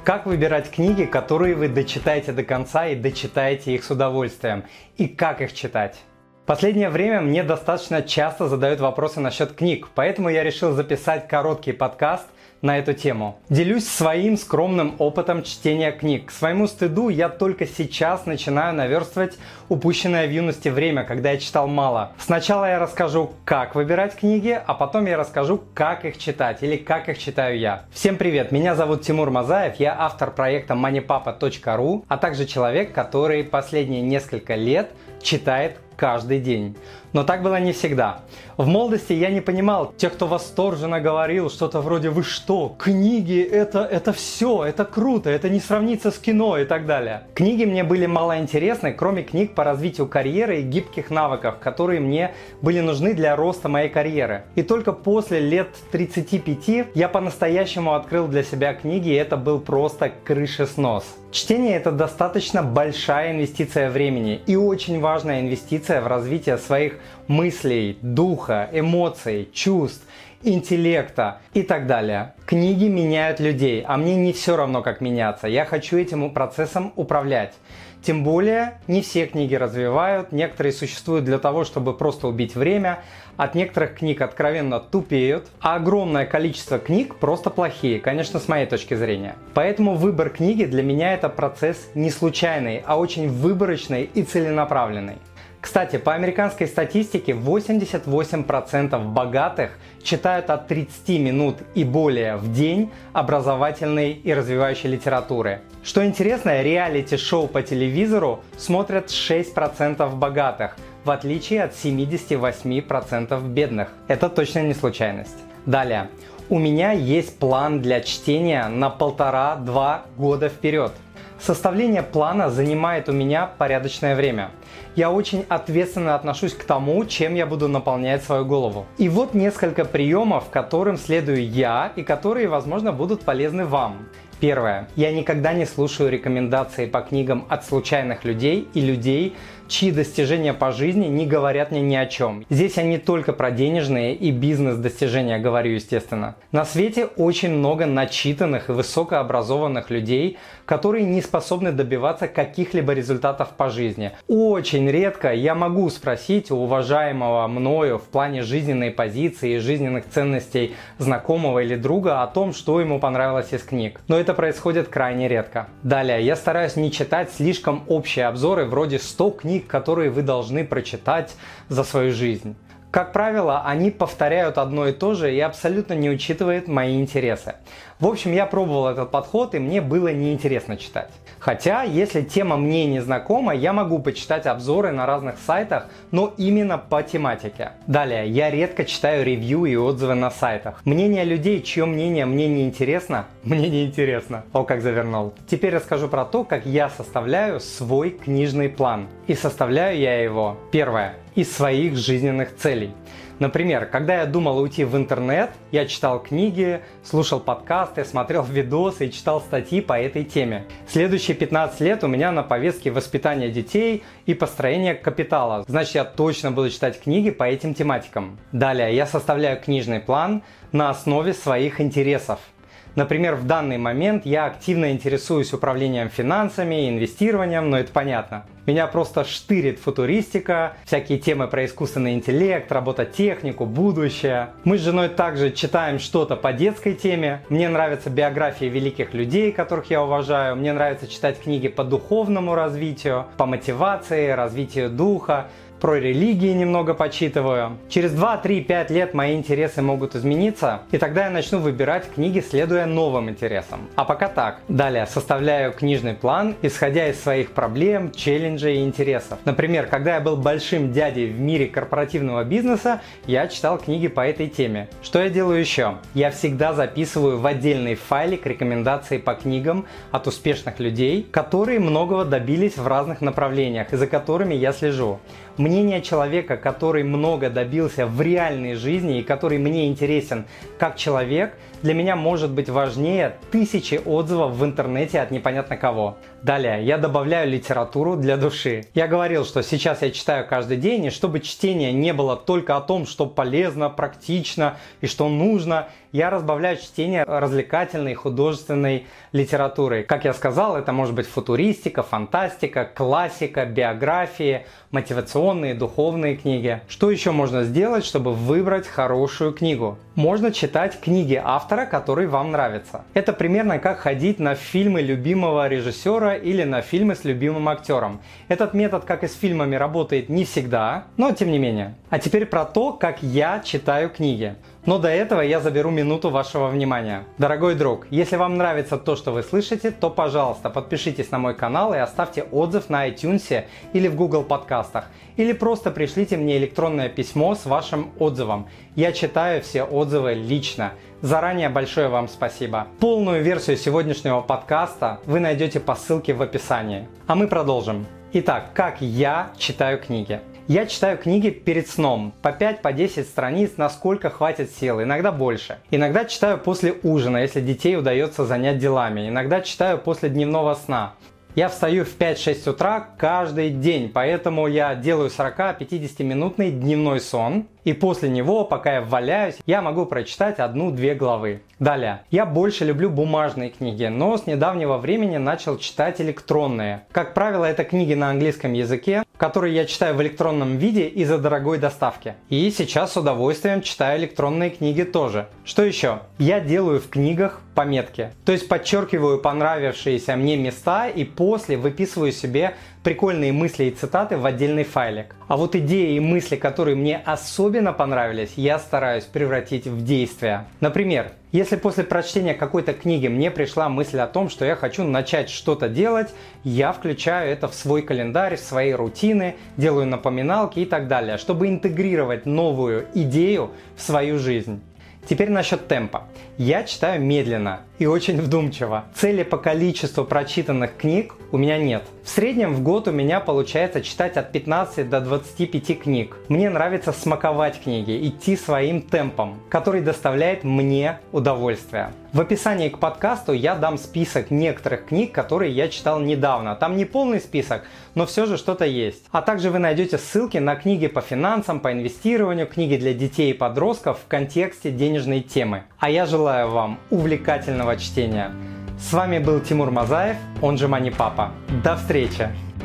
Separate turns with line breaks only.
Как выбирать книги, которые вы дочитаете до конца и дочитаете их с удовольствием? И как их читать? В последнее время мне достаточно часто задают вопросы насчет книг, поэтому я решил записать короткий подкаст на эту тему. Делюсь своим скромным опытом чтения книг. К своему стыду я только сейчас начинаю наверстывать упущенное в юности время, когда я читал мало. Сначала я расскажу, как выбирать книги, а потом я расскажу, как их читать или как их читаю я. Всем привет, меня зовут Тимур Мазаев, я автор проекта moneypapa.ru, а также человек, который последние несколько лет читает каждый день. Но так было не всегда. В молодости я не понимал тех, кто восторженно говорил что-то вроде «Вы что? Книги это все, это круто, это не сравнится с кино» и так далее. Книги мне были мало интересны, кроме книг по развитию карьеры и гибких навыков, которые мне были нужны для роста моей карьеры. И только после лет 35 я по-настоящему открыл для себя книги, и это был просто крышеснос. Чтение – это достаточно большая инвестиция времени и очень важная инвестиция в развитие своих мыслей, духа, эмоций, чувств, интеллекта и так далее. Книги меняют людей, а мне не все равно, как меняться. Я хочу этим процессом управлять. Тем более, не все книги развивают, некоторые существуют для того, чтобы просто убить время, от некоторых книг откровенно тупеют, а огромное количество книг просто плохие, конечно, с моей точки зрения. Поэтому выбор книги для меня это процесс не случайный, а очень выборочный и целенаправленный. Кстати, по американской статистике 88% богатых читают от 30 минут и более в день образовательной и развивающей литературы. Что интересно, реалити-шоу по телевизору смотрят 6% богатых, в отличие от 78% бедных. Это точно не случайность. Далее. У меня есть план для чтения на 1,5-2 года вперед. Составление плана занимает у меня порядочное время. Я очень ответственно отношусь к тому, чем я буду наполнять свою голову. И вот несколько приемов, которым следую я и которые, возможно, будут полезны вам. Первое. Я никогда не слушаю рекомендации по книгам от случайных людей и людей, чьи достижения по жизни не говорят мне ни о чем. Здесь я не только про денежные и бизнес-достижения говорю, естественно. На свете очень много начитанных и высокообразованных людей, которые не способны добиваться каких-либо результатов по жизни. Очень редко я могу спросить у уважаемого мною в плане жизненной позиции и жизненных ценностей знакомого или друга о том, что ему понравилось из книг. Но это происходит крайне редко. Далее, я стараюсь не читать слишком общие обзоры вроде 100 книг, которые вы должны прочитать за свою жизнь. Как правило, они повторяют одно и то же и абсолютно не учитывают мои интересы. В общем, я пробовал этот подход, и мне было неинтересно читать. Хотя, если тема мне не знакома, я могу почитать обзоры на разных сайтах, но именно по тематике. Далее, я редко читаю ревью и отзывы на сайтах. Мнение людей, чье мнение мне не интересно, мне не интересно. О, как завернул. Теперь расскажу про то, как я составляю свой книжный план. И составляю я его, первое, из своих жизненных целей. Например, когда я думал уйти в интернет, я читал книги, слушал подкасты, смотрел видосы и читал статьи по этой теме. Следующие 15 лет у меня на повестке воспитание детей и построение капитала. Значит, я точно буду читать книги по этим тематикам. Далее, я составляю книжный план на основе своих интересов. Например, в данный момент я активно интересуюсь управлением финансами, инвестированием, но это понятно. Меня просто штырит футуристика, всякие темы про искусственный интеллект, робототехнику, будущее. Мы с женой также читаем что-то по детской теме. Мне нравятся биографии великих людей, которых я уважаю. Мне нравится читать книги по духовному развитию, по мотивации, развитию духа. Про религии немного почитываю. Через 2, 3, 5 лет мои интересы могут измениться, и тогда я начну выбирать книги, следуя новым интересам. А пока так. Далее составляю книжный план, исходя из своих проблем, челленджей и интересов. Например, когда я был большим дядей в мире корпоративного бизнеса, я читал книги по этой теме. Что я делаю еще? Я всегда записываю в отдельный файлик рекомендации по книгам от успешных людей, которые многого добились в разных направлениях и за которыми я слежу. Мнение человека, который много добился в реальной жизни и который мне интересен как человек, для меня может быть важнее тысячи отзывов в интернете от непонятно кого. Далее, я добавляю литературу для души. Я говорил, что сейчас я читаю каждый день, и чтобы чтение не было только о том, что полезно, практично и что нужно, я разбавляю чтение развлекательной, художественной литературой. Как я сказал, это может быть футуристика, фантастика, классика, биографии, мотивационные, духовные книги. Что еще можно сделать, чтобы выбрать хорошую книгу? Можно читать книги автора, который вам нравится. Это примерно как ходить на фильмы любимого режиссера или на фильмы с любимым актером. Этот метод, как и с фильмами, работает не всегда, но тем не менее. А теперь про то, как я читаю книги. Но до этого я заберу минуту вашего внимания. Дорогой друг, если вам нравится то, что вы слышите, то, пожалуйста, подпишитесь на мой канал и оставьте отзыв на iTunes или в Google подкастах. Или просто пришлите мне электронное письмо с вашим отзывом. Я читаю все отзывы лично. Заранее большое вам спасибо. Полную версию сегодняшнего подкаста вы найдете по ссылке в описании. А мы продолжим. Итак, как я читаю книги? Я читаю книги перед сном, по 5-10 страниц, насколько хватит сил, иногда больше. Иногда читаю после ужина, если детей удается занять делами, иногда читаю после дневного сна. Я встаю в 5-6 утра каждый день, поэтому я делаю 40-50-минутный дневной сон. И после него, пока я валяюсь, я могу прочитать 1-2 главы. Далее. Я больше люблю бумажные книги, но с недавнего времени начал читать электронные. Как правило, это книги на английском языке, которые я читаю в электронном виде из-за дорогой доставки. И сейчас с удовольствием читаю электронные книги тоже. Что еще? Я делаю в книгах пометки. То есть подчеркиваю понравившиеся мне места и после выписываю себе прикольные мысли и цитаты в отдельный файлик. А вот идеи и мысли, которые мне особенно понравились, я стараюсь превратить в действие. Например, если после прочтения какой-то книги мне пришла мысль о том, что я хочу начать что-то делать, я включаю это в свой календарь, в свои рутины, делаю напоминалки и так далее, чтобы интегрировать новую идею в свою жизнь. Теперь насчет темпа. Я читаю медленно и очень вдумчиво. Цели по количеству прочитанных книг у меня нет. В среднем в год у меня получается читать от 15 до 25 книг. Мне нравится смаковать книги, идти своим темпом, который доставляет мне удовольствие. В описании к подкасту я дам список некоторых книг, которые я читал недавно. Там не полный список, но все же что-то есть. А также вы найдете ссылки на книги по финансам, по инвестированию, книги для детей и подростков в контексте денежной темы. А я желаю вам увлекательного чтения. С вами был Тимур Мазаев, он же Мани Папа. До встречи!